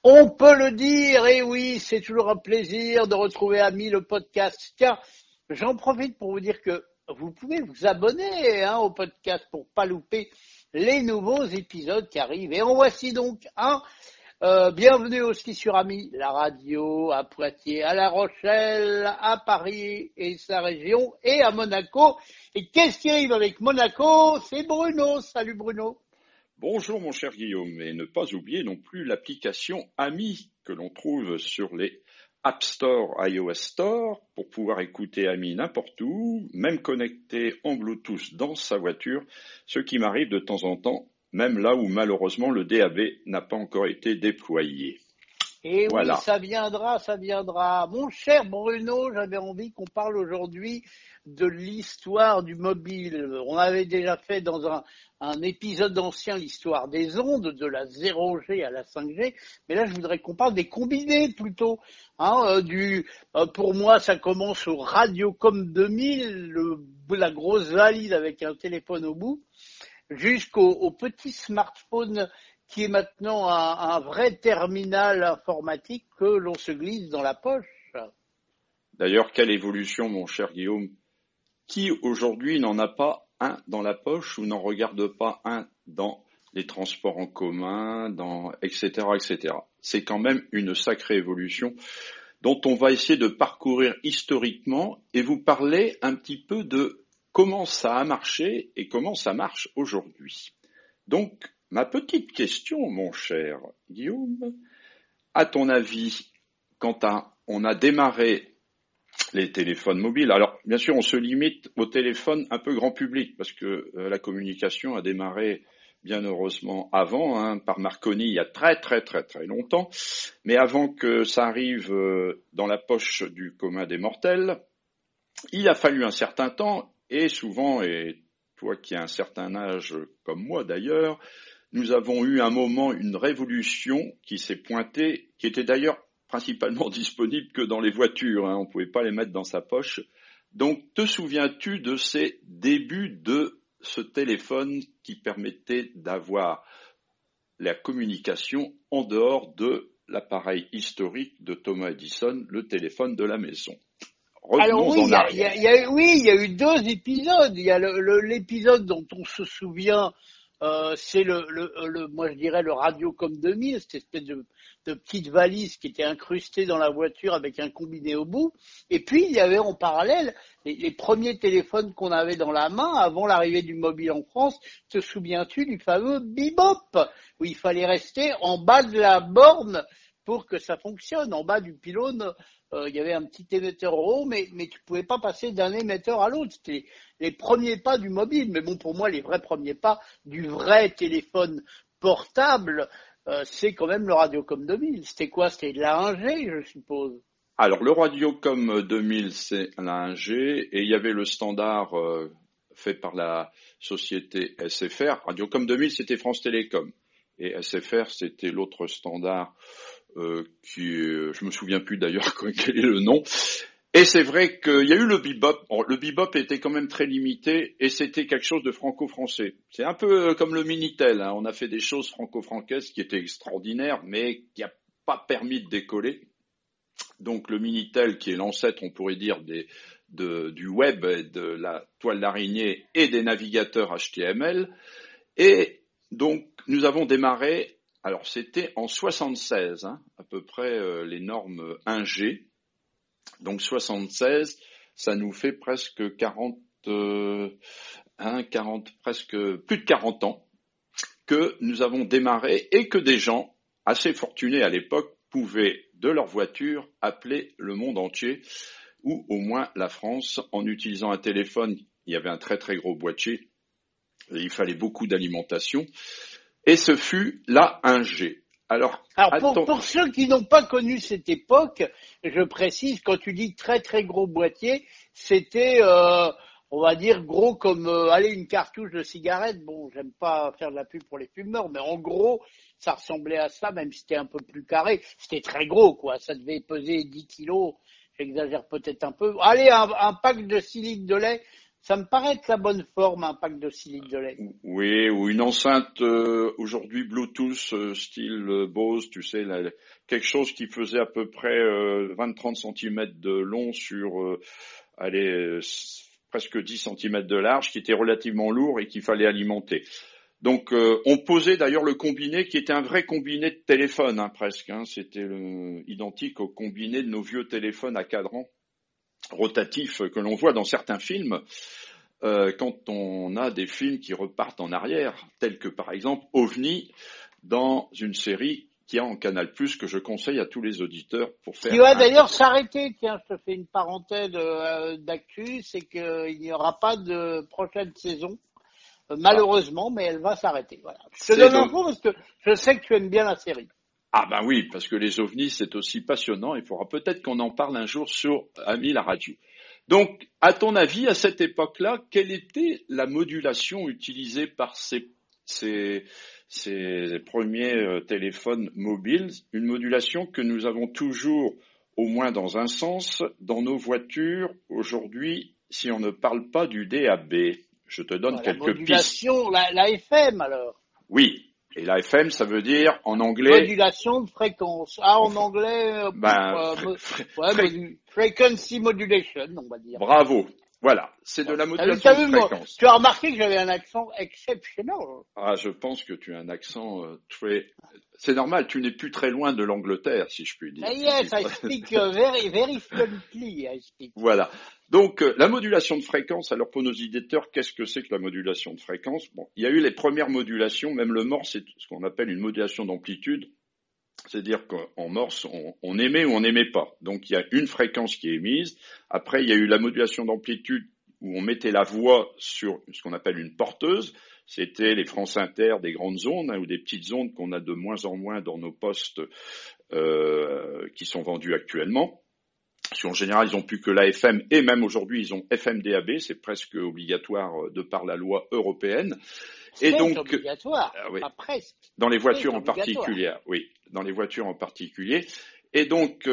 On peut le dire, et oui, c'est toujours un plaisir de retrouver Ami le podcast. Tiens, j'en profite pour vous dire que vous pouvez vous abonner au podcast pour pas louper les nouveaux épisodes qui arrivent. Et en voici donc un. Bienvenue aussi sur Ami, la radio à Poitiers, à La Rochelle, à Paris et sa région, et à Monaco. Et qu'est-ce qui arrive avec Monaco? C'est Bruno. Salut Bruno. Bonjour mon cher Guillaume, et ne pas oublier non plus l'application Ami que l'on trouve sur les App Store, iOS Store, pour pouvoir écouter Ami n'importe où, même connecté en Bluetooth dans sa voiture, ce qui m'arrive de temps en temps, même là où malheureusement le DAB n'a pas encore été déployé. Et voilà. Oui, ça viendra. Mon cher Bruno, j'avais envie qu'on parle aujourd'hui de l'histoire du mobile. On avait déjà fait dans un épisode ancien l'histoire des ondes, de la 0G à la 5G, mais là je voudrais qu'on parle des combinés plutôt. Pour moi, ça commence au Radiocom 2000, la grosse valise avec un téléphone au bout, jusqu'au petit smartphone qui est maintenant un vrai terminal informatique que l'on se glisse dans la poche. D'ailleurs, quelle évolution, mon cher Guillaume. Qui aujourd'hui n'en a pas un dans la poche ou n'en regarde pas un dans les transports en commun, etc., etc. C'est quand même une sacrée évolution dont on va essayer de parcourir historiquement et vous parler un petit peu de comment ça a marché et comment ça marche aujourd'hui. Donc, ma petite question, mon cher Guillaume, à ton avis, quand on a démarré les téléphones mobiles. Alors, bien sûr, on se limite aux téléphones un peu grand public parce que la communication a démarré bien heureusement avant, par Marconi il y a très longtemps. Mais avant que ça arrive dans la poche du commun des mortels, il a fallu un certain temps et souvent, et toi qui as un certain âge comme moi d'ailleurs, nous avons eu un moment, une révolution qui s'est pointée, qui était d'ailleurs principalement disponible que dans les voitures, on ne pouvait pas les mettre dans sa poche. Donc, te souviens-tu de ces débuts de ce téléphone qui permettait d'avoir la communication en dehors de l'appareil historique de Thomas Edison, le téléphone de la maison? Alors oui, il y a eu deux épisodes. Il y a l'épisode dont on se souvient, c'est moi je dirais le Radiocom 2000, cette espèce de petite valise qui était incrustée dans la voiture avec un combiné au bout. Et puis il y avait en parallèle les premiers téléphones qu'on avait dans la main avant l'arrivée du mobile en France. Te souviens-tu du fameux bebop où il fallait rester en bas de la borne pour que ça fonctionne? En bas du pylône, il y avait un petit émetteur en haut, mais tu pouvais pas passer d'un émetteur à l'autre. C'était les premiers pas du mobile. Mais bon, pour moi, les vrais premiers pas du vrai téléphone portable, c'est quand même le Radiocom 2000. C'était quoi? C'était de la 1G, je suppose. Alors, le Radiocom 2000, c'est la 1G, et il y avait le standard fait par la société SFR. Radiocom 2000, c'était France Télécom. Et SFR, c'était l'autre standard je me souviens plus d'ailleurs quel est le nom. Et c'est vrai qu'il y a eu le bebop. Le bebop était quand même très limité et c'était quelque chose de franco-français. C'est un peu comme le Minitel. On a fait des choses franco-françaises qui étaient extraordinaires, mais qui n'a pas permis de décoller. Donc le Minitel, qui est l'ancêtre, on pourrait dire, du web, de la toile d'araignée et des navigateurs HTML. Et donc nous avons démarré. Alors, c'était en 76, à peu près les normes 1G. Donc, 76, ça nous fait presque presque plus de 40 ans que nous avons démarré et que des gens assez fortunés à l'époque pouvaient, de leur voiture, appeler le monde entier ou au moins la France en utilisant un téléphone. Il y avait un très gros boîtier et il fallait beaucoup d'alimentation. Et ce fut la 1G. Alors pour ceux qui n'ont pas connu cette époque, je précise, quand tu dis très gros boîtier, c'était, on va dire, gros comme une cartouche de cigarette. Bon, j'aime pas faire de la pub pour les fumeurs, mais en gros, ça ressemblait à ça, même si c'était un peu plus carré. C'était très gros, quoi. Ça devait peser 10 kilos. J'exagère peut-être un peu. Un pack de 6 litres de lait, Ça me paraît être la bonne forme, un pack de 6 litres de lait. Oui, ou une enceinte aujourd'hui Bluetooth style Bose, tu sais, quelque chose qui faisait à peu près 20-30 cm de long sur presque 10 cm de large, qui était relativement lourd et qu'il fallait alimenter. Donc on posait d'ailleurs le combiné qui était un vrai combiné de téléphone, hein, presque. Hein, c'était identique au combiné de nos vieux téléphones à cadran rotatif que l'on voit dans certains films. Quand on a des films qui repartent en arrière, tels que par exemple OVNI, dans une série qui a en Canal+, que je conseille à tous les auditeurs pour faire. Qui va d'ailleurs s'arrêter, tiens, je te fais une parenthèse d'actu, c'est qu'il n'y aura pas de prochaine saison, malheureusement, mais elle va s'arrêter. Voilà. Je te donne l'info parce que je sais que tu aimes bien la série. Ah ben oui, parce que les ovnis, c'est aussi passionnant. Il faudra peut-être qu'on en parle un jour sur Ami la radio. Donc, à ton avis, à cette époque-là, quelle était la modulation utilisée par ces premiers téléphones mobiles? Une modulation que nous avons toujours, au moins dans un sens, dans nos voitures aujourd'hui, si on ne parle pas du DAB. Je te donne quelques pistes. La FM alors. Oui. Et la FM, ça veut dire, en anglais... Modulation de fréquence. Ah, en anglais... frequency modulation, on va dire. Bravo. Voilà. C'est de la modulation de fréquence. Tu as remarqué que j'avais un accent exceptionnel. Ah, je pense que tu as un accent très... C'est normal, tu n'es plus très loin de l'Angleterre, si je puis dire. Yes, I speak very fluently, I speak. Voilà. Donc, la modulation de fréquence, alors pour nos auditeurs, qu'est-ce que c'est que la modulation de fréquence? Bon, il y a eu les premières modulations, même le morse, c'est ce qu'on appelle une modulation d'amplitude. C'est-à-dire qu'en morse, on émet ou on n'émet pas. Donc, il y a une fréquence qui est émise. Après, il y a eu la modulation d'amplitude où on mettait la voix sur ce qu'on appelle une porteuse. C'était les France Inter des grandes ondes, hein, ou des petites ondes qu'on a de moins en moins dans nos postes qui sont vendus actuellement. Parce qu'en général, ils n'ont plus que l'AFM, et même aujourd'hui, ils ont FM-DAB, c'est presque obligatoire de par la loi européenne. Et donc, obligatoire, oui, pas presque. Dans les voitures en particulier, oui, dans les voitures en particulier. Et donc,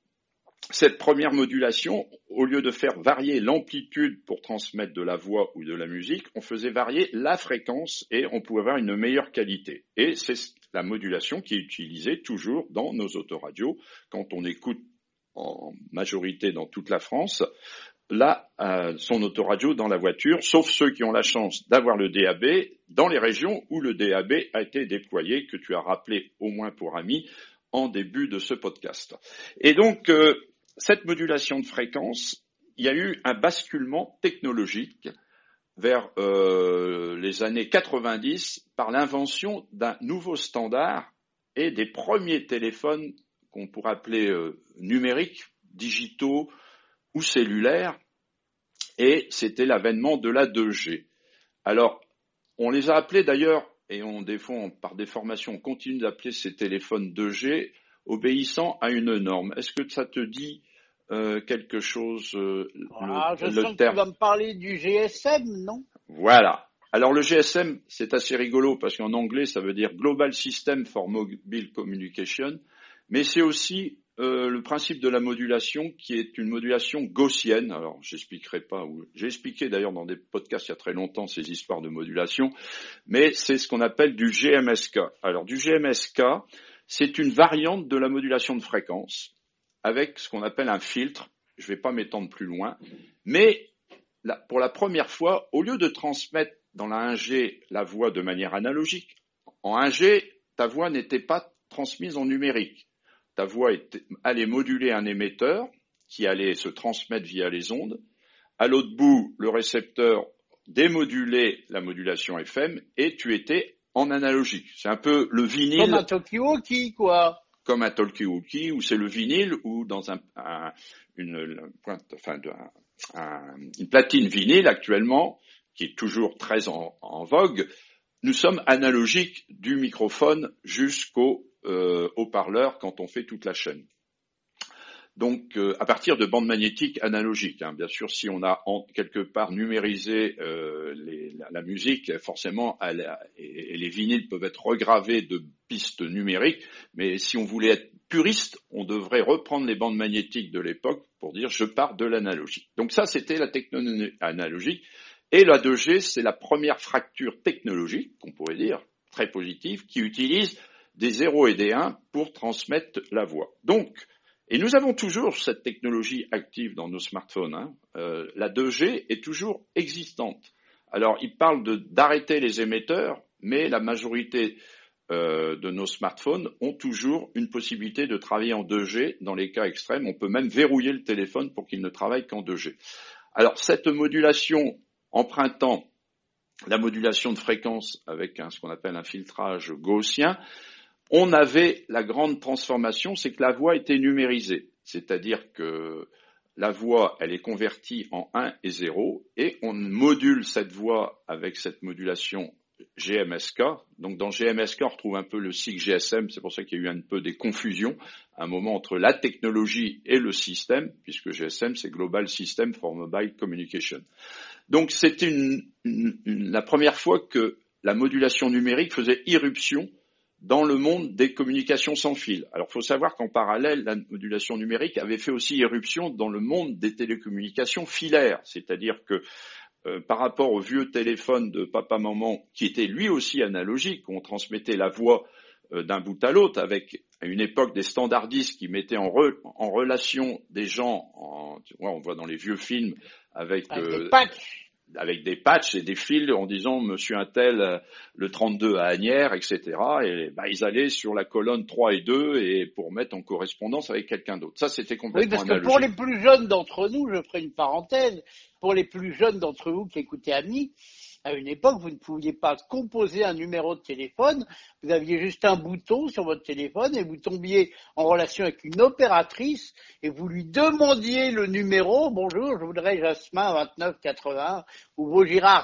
cette première modulation, au lieu de faire varier l'amplitude pour transmettre de la voix ou de la musique, on faisait varier la fréquence et on pouvait avoir une meilleure qualité. Et c'est la modulation qui est utilisée toujours dans nos autoradios quand on écoute en majorité dans toute la France, là, son autoradio dans la voiture, sauf ceux qui ont la chance d'avoir le DAB dans les régions où le DAB a été déployé, que tu as rappelé au moins pour Ami en début de ce podcast. Et donc, cette modulation de fréquence, il y a eu un basculement technologique vers les années 90 par l'invention d'un nouveau standard et des premiers téléphones qu'on pourrait appeler numériques, digitaux ou cellulaires, et c'était l'avènement de la 2G. Alors, on les a appelés d'ailleurs, et par déformation, on continue d'appeler ces téléphones 2G, obéissant à une norme. Est-ce que ça te dit quelque chose, je sens que tu vas me parler du GSM, non? Voilà. Alors le GSM, c'est assez rigolo, parce qu'en anglais, ça veut dire Global System for Mobile Communication, mais c'est aussi le principe de la modulation qui est une modulation gaussienne. Alors, j'expliquerai pas, j'ai expliqué d'ailleurs dans des podcasts il y a très longtemps ces histoires de modulation, mais c'est ce qu'on appelle du GMSK. Alors, du GMSK, c'est une variante de la modulation de fréquence avec ce qu'on appelle un filtre. Je vais pas m'étendre plus loin, mais pour la première fois, au lieu de transmettre dans la 1G la voix de manière analogique, en 1G, ta voix n'était pas transmise en numérique. Ta voix allait moduler un émetteur qui allait se transmettre via les ondes. À l'autre bout, le récepteur démodulait la modulation FM et tu étais en analogique. C'est un peu le vinyle. Comme un talkie-walkie, quoi. Comme un talkie-walkie, ou c'est le vinyle, ou dans une platine vinyle actuellement, qui est toujours très en vogue. Nous sommes analogiques du microphone jusqu'au haut-parleur quand on fait toute la chaîne. Donc, à partir de bandes magnétiques analogiques, hein, bien sûr, si on a quelque part numérisé la musique, forcément, et les vinyles peuvent être regravés de pistes numériques, mais si on voulait être puristes, on devrait reprendre les bandes magnétiques de l'époque pour dire je pars de l'analogique. Donc ça, c'était la technologie analogique. Et la 2G, c'est la première fracture technologique, qu'on pourrait dire, très positive, qui utilise des 0 et des 1 pour transmettre la voix. Donc, et nous avons toujours cette technologie active dans nos smartphones. La 2G est toujours existante. Alors, ils parlent d'arrêter les émetteurs, mais la majorité de nos smartphones ont toujours une possibilité de travailler en 2G dans les cas extrêmes. On peut même verrouiller le téléphone pour qu'il ne travaille qu'en 2G. Alors, cette modulation empruntant la modulation de fréquence avec ce qu'on appelle un filtrage gaussien, on avait la grande transformation, c'est que la voix était numérisée. C'est-à-dire que la voix, elle est convertie en 1 et 0, et on module cette voix avec cette modulation GMSK. Donc dans GMSK, on retrouve un peu le cycle GSM, c'est pour ça qu'il y a eu un peu des confusions, à un moment entre la technologie et le système, puisque GSM, c'est Global System for Mobile Communication. Donc c'était la première fois que la modulation numérique faisait irruption dans le monde des communications sans fil. Alors, il faut savoir qu'en parallèle, la modulation numérique avait fait aussi irruption dans le monde des télécommunications filaires, c'est-à-dire que par rapport au vieux téléphone de papa-maman, qui était lui aussi analogique, où on transmettait la voix d'un bout à l'autre, avec à une époque des standardistes qui mettaient en relation des gens, on voit dans les vieux films, avec des patchs et des fils en disant monsieur Untel le 32 à Asnières, etc. Et ils allaient sur la colonne 3 et 2 et pour mettre en correspondance avec quelqu'un d'autre. Ça, c'était complètement analogique. Oui, parce que pour les plus jeunes d'entre nous, je ferai une parenthèse, pour les plus jeunes d'entre vous qui écoutaient Ami, à une époque, vous ne pouviez pas composer un numéro de téléphone, vous aviez juste un bouton sur votre téléphone et vous tombiez en relation avec une opératrice et vous lui demandiez le numéro. Bonjour, je voudrais Jasmin 2981 ou Vaugirard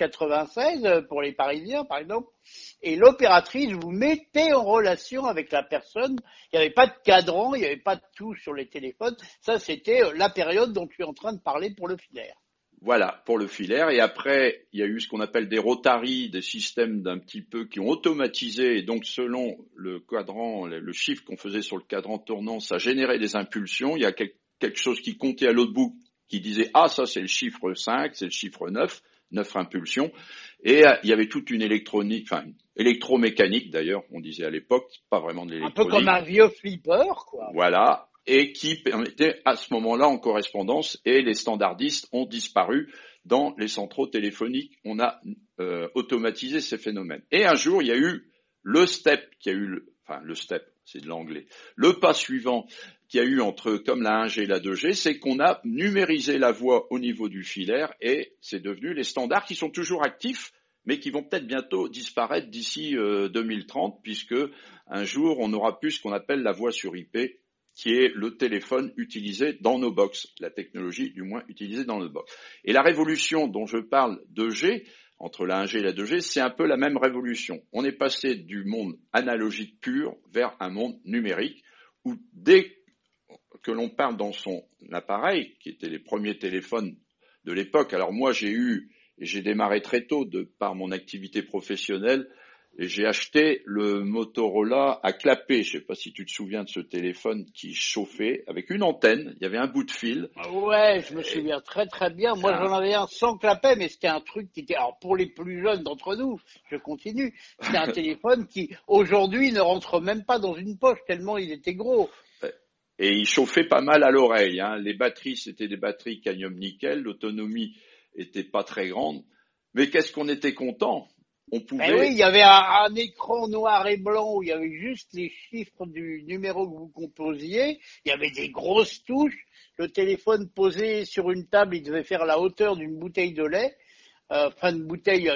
1396 pour les Parisiens, par exemple. Et l'opératrice vous mettait en relation avec la personne. Il n'y avait pas de cadran, il n'y avait pas de touche sur les téléphones. Ça, c'était la période dont tu es en train de parler pour le filaire. Voilà, pour le filaire. Et après, il y a eu ce qu'on appelle des rotaries, des systèmes d'un petit peu qui ont automatisé. Et donc, selon le cadran, le chiffre qu'on faisait sur le cadran tournant, ça générait des impulsions. Il y a quelque chose qui comptait à l'autre bout, qui disait, ah, ça, c'est le chiffre 5, c'est le chiffre 9 impulsions. Et il y avait toute une électronique, enfin, électromécanique d'ailleurs, on disait à l'époque, pas vraiment de l'électronique. Un peu comme un vieux flipper, quoi. Voilà. Et qui permettait à ce moment-là en correspondance, et les standardistes ont disparu dans les centraux téléphoniques. On a automatisé ces phénomènes. Et un jour, il y a eu le step, le step, c'est de l'anglais. Le pas suivant qu'il y a eu entre comme la 1G et la 2G, c'est qu'on a numérisé la voix au niveau du filaire, et c'est devenu les standards qui sont toujours actifs, mais qui vont peut-être bientôt disparaître d'ici 2030, puisque un jour, on n'aura plus ce qu'on appelle la voix sur IP, qui est le téléphone utilisé dans nos box, la technologie du moins utilisée dans nos box. Et la révolution dont je parle 2G, entre la 1G et la 2G, c'est un peu la même révolution. On est passé du monde analogique pur vers un monde numérique, où dès que l'on parle dans son appareil, qui étaient les premiers téléphones de l'époque, alors moi j'ai démarré très tôt par mon activité professionnelle, et j'ai acheté le Motorola à clapet. Je ne sais pas si tu te souviens de ce téléphone qui chauffait avec une antenne. Il y avait un bout de fil. Ouais, je me souviens très très bien. Moi, j'en avais un sans clapet, mais c'était un truc qui était... Alors, pour les plus jeunes d'entre nous, je continue. C'était un téléphone qui, aujourd'hui, ne rentre même pas dans une poche tellement il était gros. Et il chauffait pas mal à l'oreille. Les batteries, c'était des batteries cadmium-nickel. L'autonomie était pas très grande. Mais qu'est-ce qu'on était content. On pouvait... oui, il y avait un écran noir et blanc où il y avait juste les chiffres du numéro que vous composiez. Il y avait des grosses touches. Le téléphone posé sur une table, il devait faire la hauteur d'une bouteille de lait. Une bouteille,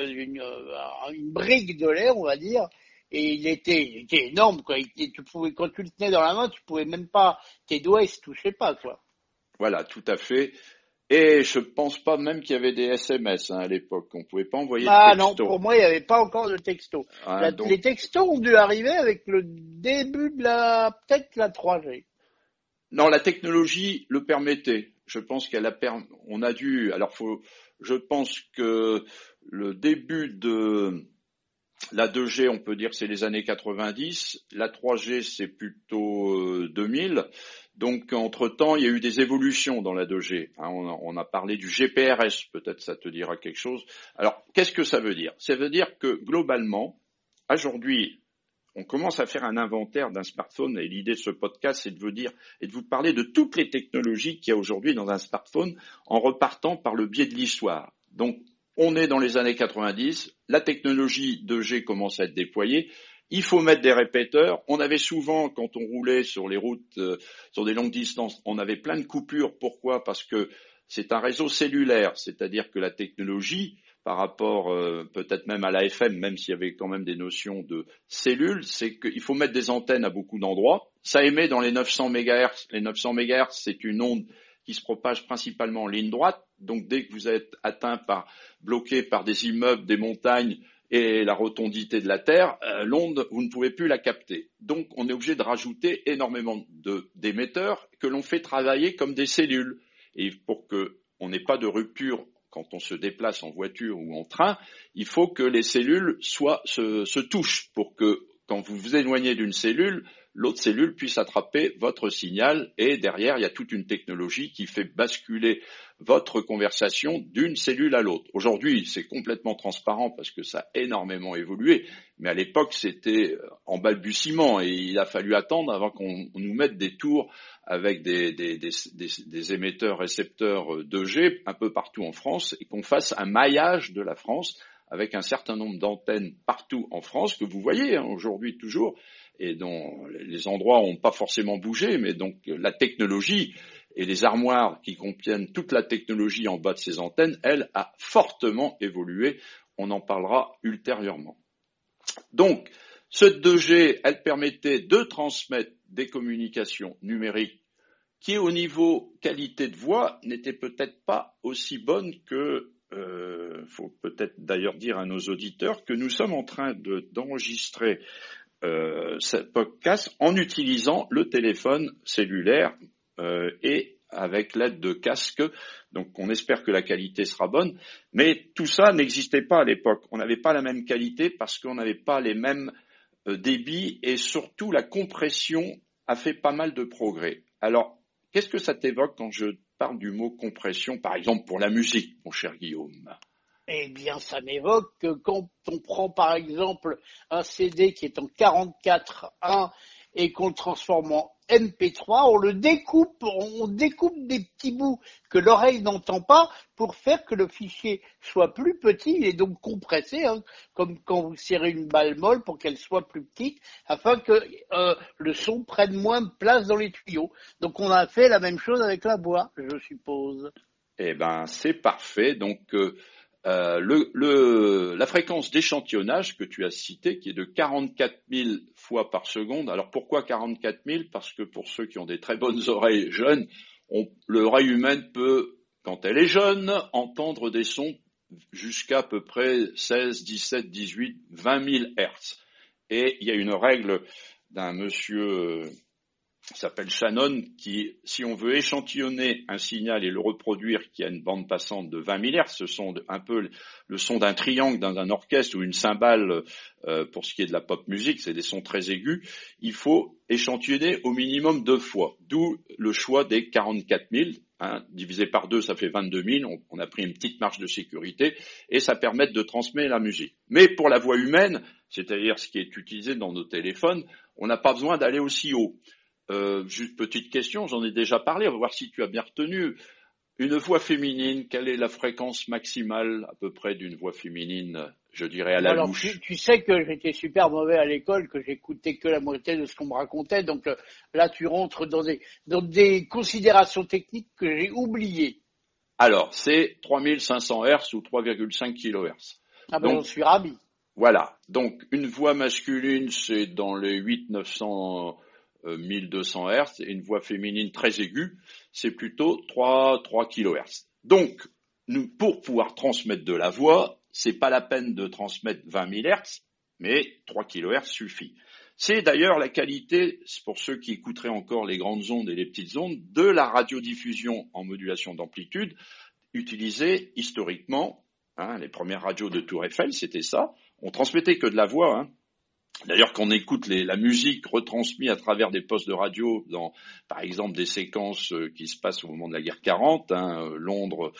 une brique de lait, on va dire. Et il était énorme, quoi. Quand tu le tenais dans la main, tu pouvais même pas, tes doigts, ils se touchaient pas, quoi. Voilà, tout à fait. Et je pense pas même qu'il y avait des SMS à l'époque. On pouvait pas envoyer de texto. Ah non, pour moi, il n'y avait pas encore de texto. Les textos ont dû arriver avec le début de peut-être la 3G. Non, la technologie le permettait. Je pense je pense que le début de la 2G, on peut dire que c'est les années 90. La 3G, c'est plutôt 2000. Donc, entre-temps, il y a eu des évolutions dans la 2G. Hein, on a parlé du GPRS, peut-être ça te dira quelque chose. Alors, qu'est-ce que ça veut dire? Ça veut dire que, globalement, aujourd'hui, on commence à faire un inventaire d'un smartphone et l'idée de ce podcast, c'est de vous parler de toutes les technologies qu'il y a aujourd'hui dans un smartphone en repartant par le biais de l'histoire. Donc, on est dans les années 90, la technologie 2G commence à être déployée. Il faut mettre des répéteurs. On avait souvent, quand on roulait sur les routes, sur des longues distances, on avait plein de coupures. Pourquoi? Parce que c'est un réseau cellulaire, c'est-à-dire que la technologie, par rapport peut-être même à l'AFM, même s'il y avait quand même des notions de cellules, c'est qu'il faut mettre des antennes à beaucoup d'endroits. Ça émet dans les 900 MHz. Les 900 MHz, c'est une onde qui se propage principalement en ligne droite. Donc dès que vous êtes bloqué par des immeubles, des montagnes, et la rotondité de la Terre, l'onde, vous ne pouvez plus la capter. Donc, on est obligé de rajouter énormément d'émetteurs que l'on fait travailler comme des cellules. Et pour qu'on n'ait pas de rupture quand on se déplace en voiture ou en train, il faut que les cellules se touchent pour que, quand vous vous éloignez d'une cellule, l'autre cellule puisse attraper votre signal. Et derrière, il y a toute une technologie qui fait basculer votre conversation d'une cellule à l'autre. Aujourd'hui, c'est complètement transparent parce que ça a énormément évolué, mais à l'époque, c'était en balbutiement et il a fallu attendre avant qu'on nous mette des tours avec des émetteurs-récepteurs 2G un peu partout en France et qu'on fasse un maillage de la France avec un certain nombre d'antennes partout en France que vous voyez aujourd'hui toujours et dont les endroits n'ont pas forcément bougé, mais donc la technologie et les armoires qui contiennent toute la technologie en bas de ces antennes, elle a fortement évolué. On en parlera ultérieurement. Donc, cette 2G, elle permettait de transmettre des communications numériques qui, au niveau qualité de voix, n'étaient peut-être pas aussi bonnes que, faut peut-être d'ailleurs dire à nos auditeurs que nous sommes en train d'enregistrer ce podcast en utilisant le téléphone cellulaire et avec l'aide de casques. Donc on espère que la qualité sera bonne. Mais tout ça n'existait pas à l'époque. On n'avait pas la même qualité parce qu'on n'avait pas les mêmes débits et surtout la compression a fait pas mal de progrès. Alors, qu'est-ce que ça t'évoque quand je parle du mot compression, par exemple pour la musique, mon cher Guillaume? Eh bien, ça m'évoque que quand on prend par exemple un CD qui est en 44.1 et qu'on le transforme en MP3, on découpe des petits bouts que l'oreille n'entend pas pour faire que le fichier soit plus petit et donc compressé, comme quand vous serrez une balle molle pour qu'elle soit plus petite, afin que le son prenne moins de place dans les tuyaux. Donc on a fait la même chose avec la voix, je suppose. Eh ben, c'est parfait. Donc la fréquence d'échantillonnage que tu as citée, qui est de 44 000 fois par seconde. Alors pourquoi 44 000? Parce que pour ceux qui ont des très bonnes oreilles jeunes, l'oreille humaine peut, quand elle est jeune, entendre des sons jusqu'à peu près 16, 17, 18, 20 000 Hertz. Et il y a une règle d'un monsieur qui s'appelle Shannon, qui, si on veut échantillonner un signal et le reproduire qui a une bande passante de 20 000 Hz, ce sont un peu le son d'un triangle dans un orchestre ou une cymbale pour ce qui est de la pop musique, c'est des sons très aigus, il faut échantillonner au minimum 2 fois, d'où le choix des 44 000, divisé par 2, ça fait 22 000, on a pris une petite marge de sécurité et ça permet de transmettre la musique. Mais pour la voix humaine, c'est-à-dire ce qui est utilisé dans nos téléphones, on n'a pas besoin d'aller aussi haut. Juste petite question, j'en ai déjà parlé, on va voir si tu as bien retenu. Une voix féminine, quelle est la fréquence maximale à peu près d'une voix féminine, je dirais à la louche? Tu sais que j'étais super mauvais à l'école, que j'écoutais que la moitié de ce qu'on me racontait, donc là tu rentres dans des considérations techniques que j'ai oubliées. Alors, c'est 3500 Hz ou 3,5 kHz. Ah ben j'en suis ravi. Voilà, donc une voix masculine c'est dans les 800-900 1200 Hz, et une voix féminine très aiguë, c'est plutôt 3 kHz. Donc, pour pouvoir transmettre de la voix, c'est pas la peine de transmettre 20 000 Hz, mais 3 kHz suffit. C'est d'ailleurs la qualité, pour ceux qui écouteraient encore les grandes ondes et les petites ondes, de la radiodiffusion en modulation d'amplitude, utilisée historiquement, les premières radios de Tour Eiffel, c'était ça. On transmettait que de la voix, D'ailleurs, quand on écoute la musique retransmise à travers des postes de radio, dans, par exemple, des séquences qui se passent au moment de la guerre 40, Londres,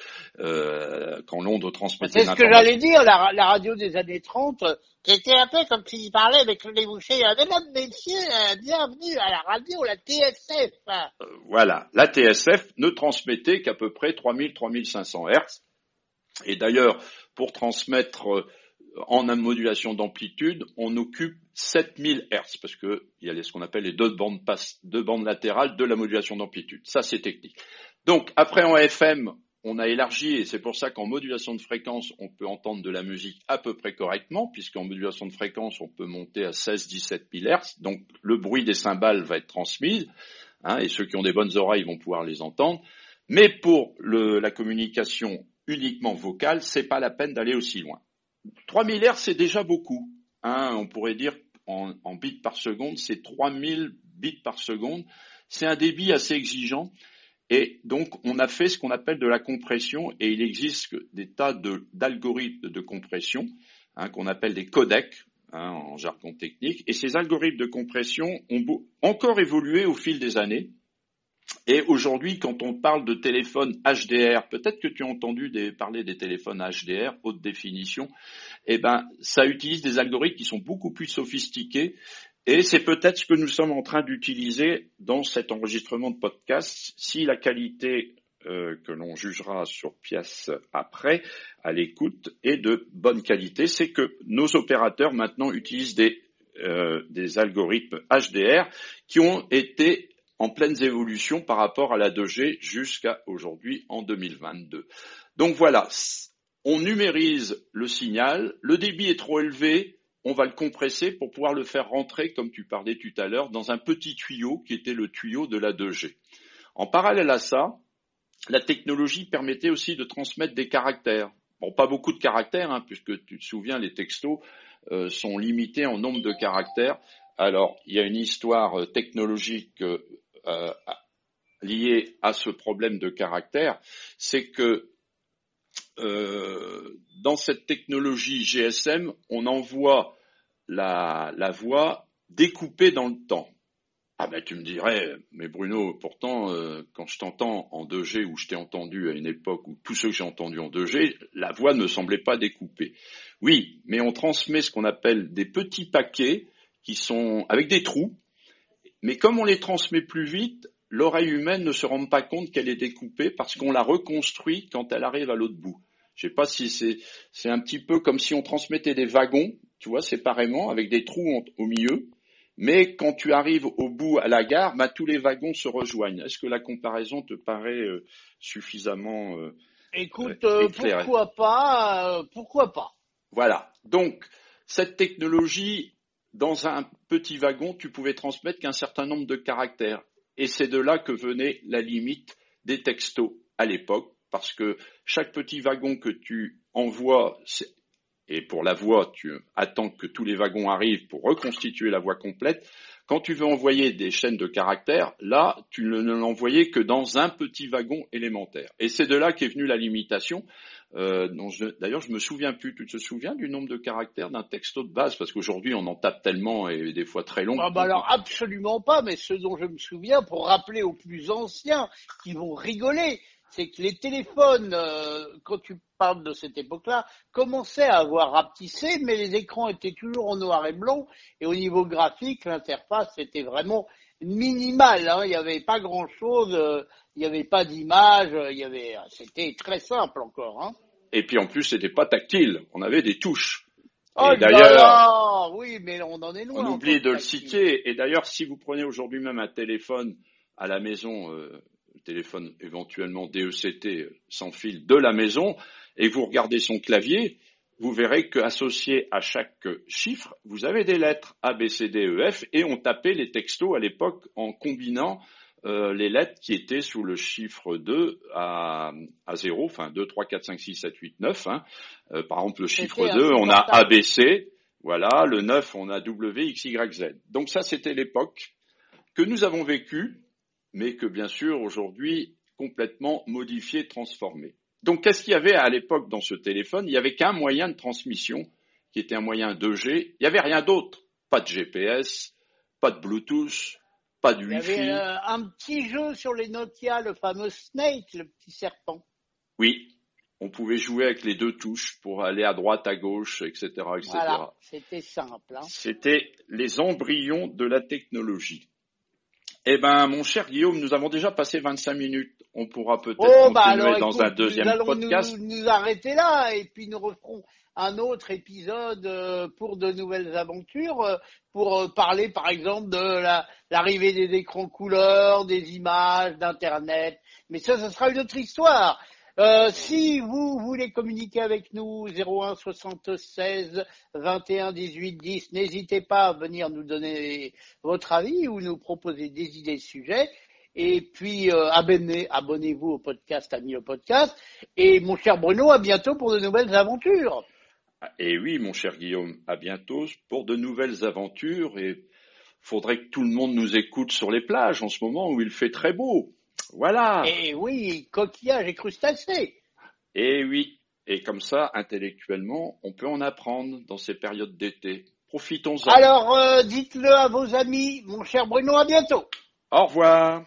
quand Londres transmettait C'est ce que l'information. j'allais dire, la radio des années 30, c'était un peu comme s'il parlait avec les bouchées. Mesdames, messieurs, bienvenue à la radio, la TSF. Voilà, la TSF ne transmettait qu'à peu près 3000-3500 Hertz. Et d'ailleurs, pour transmettre en modulation d'amplitude, on occupe 7000 Hertz, parce que il y a ce qu'on appelle les deux bandes latérales de la modulation d'amplitude. Ça, c'est technique. Donc, après en FM, on a élargi, et c'est pour ça qu'en modulation de fréquence, on peut entendre de la musique à peu près correctement, puisqu'en modulation de fréquence, on peut monter à 16-17 000 Hertz. Donc, le bruit des cymbales va être transmis, et ceux qui ont des bonnes oreilles vont pouvoir les entendre. Mais pour la communication uniquement vocale, c'est pas la peine d'aller aussi loin. 3000 Hz, c'est déjà beaucoup. On pourrait dire en bits par seconde, c'est 3000 bits par seconde. C'est un débit assez exigeant. Et donc, on a fait ce qu'on appelle de la compression, et il existe des tas d'algorithmes de compression, qu'on appelle des codecs, en jargon technique. Et ces algorithmes de compression ont encore évolué au fil des années. Et aujourd'hui, quand on parle de téléphone HDR, peut-être que tu as entendu parler des téléphones HDR, haute définition, ça utilise des algorithmes qui sont beaucoup plus sophistiqués. Et c'est peut-être ce que nous sommes en train d'utiliser dans cet enregistrement de podcast. Si la qualité que l'on jugera sur pièce après, à l'écoute, est de bonne qualité, c'est que nos opérateurs maintenant utilisent des algorithmes HDR qui ont été en pleines évolutions par rapport à la 2G jusqu'à aujourd'hui en 2022. Donc voilà, on numérise le signal, le débit est trop élevé, on va le compresser pour pouvoir le faire rentrer, comme tu parlais tout à l'heure, dans un petit tuyau qui était le tuyau de la 2G. En parallèle à ça, la technologie permettait aussi de transmettre des caractères. Bon, pas beaucoup de caractères, puisque tu te souviens, les textos sont limités en nombre de caractères. Alors, il y a une histoire technologique liée à ce problème de caractère, c'est que dans cette technologie GSM, on envoie la voix découpée dans le temps. Ah ben tu me dirais, mais Bruno, pourtant, quand je t'entends en 2G, ou je t'ai entendu à une époque où tous ceux que j'ai entendus en 2G, la voix ne semblait pas découpée. Oui, mais on transmet ce qu'on appelle des petits paquets qui sont avec des trous, mais comme on les transmet plus vite, l'oreille humaine ne se rend pas compte qu'elle est découpée parce qu'on la reconstruit quand elle arrive à l'autre bout. Je sais pas si c'est un petit peu comme si on transmettait des wagons, tu vois, séparément, avec des trous au milieu. Mais quand tu arrives au bout à la gare, tous les wagons se rejoignent. Est-ce que la comparaison te paraît suffisamment Écoute, éclairée? pourquoi pas. Voilà. Donc, cette technologie, dans un petit wagon, tu pouvais transmettre qu'un certain nombre de caractères. Et c'est de là que venait la limite des textos à l'époque, parce que chaque petit wagon que tu envoies, et pour la voix, tu attends que tous les wagons arrivent pour reconstituer la voix complète. Quand tu veux envoyer des chaînes de caractères, là, tu ne l'envoyais que dans un petit wagon élémentaire. Et c'est de là qu'est venue la limitation. D'ailleurs, je me souviens plus. Tu te souviens du nombre de caractères d'un texto de base? Parce qu'aujourd'hui, on en tape tellement et des fois très long. Alors absolument pas, mais ce dont je me souviens, pour rappeler aux plus anciens qui vont rigoler, c'est que les téléphones, quand tu parles de cette époque-là, commençaient à avoir rapetissé, mais les écrans étaient toujours en noir et blanc, et au niveau graphique, l'interface était vraiment minimale, il n'y avait pas grand-chose, il n'y avait pas d'image, c'était très simple encore. Et puis en plus, c'était pas tactile, on avait des touches. Oh là là, oui, mais on en est loin. On oublie de le citer, et d'ailleurs, si vous prenez aujourd'hui même un téléphone à la maison, téléphone éventuellement DECT sans fil de la maison, et vous regardez son clavier, vous verrez qu'associé à chaque chiffre, vous avez des lettres A, B, C, D, E, F, et on tapait les textos à l'époque en combinant les lettres qui étaient sous le chiffre 2 à 0, enfin 2, 3, 4, 5, 6, 7, 8, 9. Par exemple, le chiffre 2, on a A, B, C, voilà, le 9, on a W, X, Y, Z. Donc ça, c'était l'époque que nous avons vécue, mais que bien sûr aujourd'hui complètement modifié, transformé. Donc qu'est-ce qu'il y avait à l'époque dans ce téléphone? Il n'y avait qu'un moyen de transmission, qui était un moyen 2G, il n'y avait rien d'autre. pas de GPS, pas de Bluetooth, pas de Wi-Fi. Il y avait un petit jeu sur les Nokia, le fameux Snake, le petit serpent. Oui, on pouvait jouer avec les 2 touches pour aller à droite, à gauche, etc., etc. Voilà, c'était simple. Hein. C'était les embryons de la technologie. Eh ben, mon cher Guillaume, nous avons déjà passé 25 minutes. On pourra peut-être continuer dans un deuxième podcast. Nous allons nous arrêter là et puis nous referons un autre épisode pour de nouvelles aventures, pour parler par exemple de l'arrivée des écrans couleurs, des images, d'Internet. Mais ça sera une autre histoire. Si vous voulez communiquer avec nous, 01 76 21 18 10, n'hésitez pas à venir nous donner votre avis ou nous proposer des idées de sujets. Et puis, abonnez-vous au podcast, amis au podcast. Et mon cher Bruno, à bientôt pour de nouvelles aventures. Et oui, mon cher Guillaume, à bientôt pour de nouvelles aventures. Et faudrait que tout le monde nous écoute sur les plages en ce moment où il fait très beau. Voilà. Et oui, coquillages et crustacés. Et oui, et comme ça, intellectuellement, on peut en apprendre dans ces périodes d'été. Profitons-en. Alors, dites-le à vos amis, mon cher Bruno, à bientôt. Au revoir.